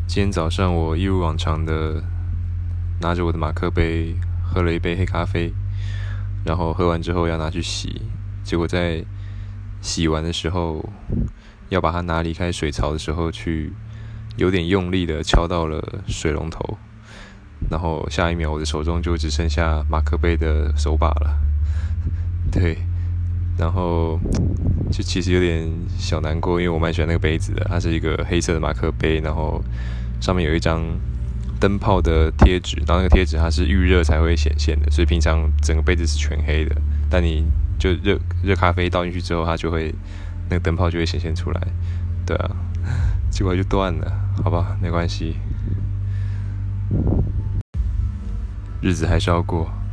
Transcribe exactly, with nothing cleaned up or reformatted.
今天早上我一如往常的拿着我的马克杯喝了一杯黑咖啡，然后喝完之后要拿去洗，结果在洗完的时候要把它拿离开水槽的时候，去有点用力的敲到了水龙头，然后下一秒我的手中就只剩下马克杯的手把了。对，然后就其实有点小难过，因为我蛮喜欢那个杯子的，它是一个黑色的马克杯，然后上面有一张灯泡的贴纸，然后那个贴纸它是预热才会显现的，所以平常整个杯子是全黑的，但你就热热咖啡倒进去之后，它就会那个灯泡就会显现出来，对啊，结果就断了，好吧，没关系，日子还是要过。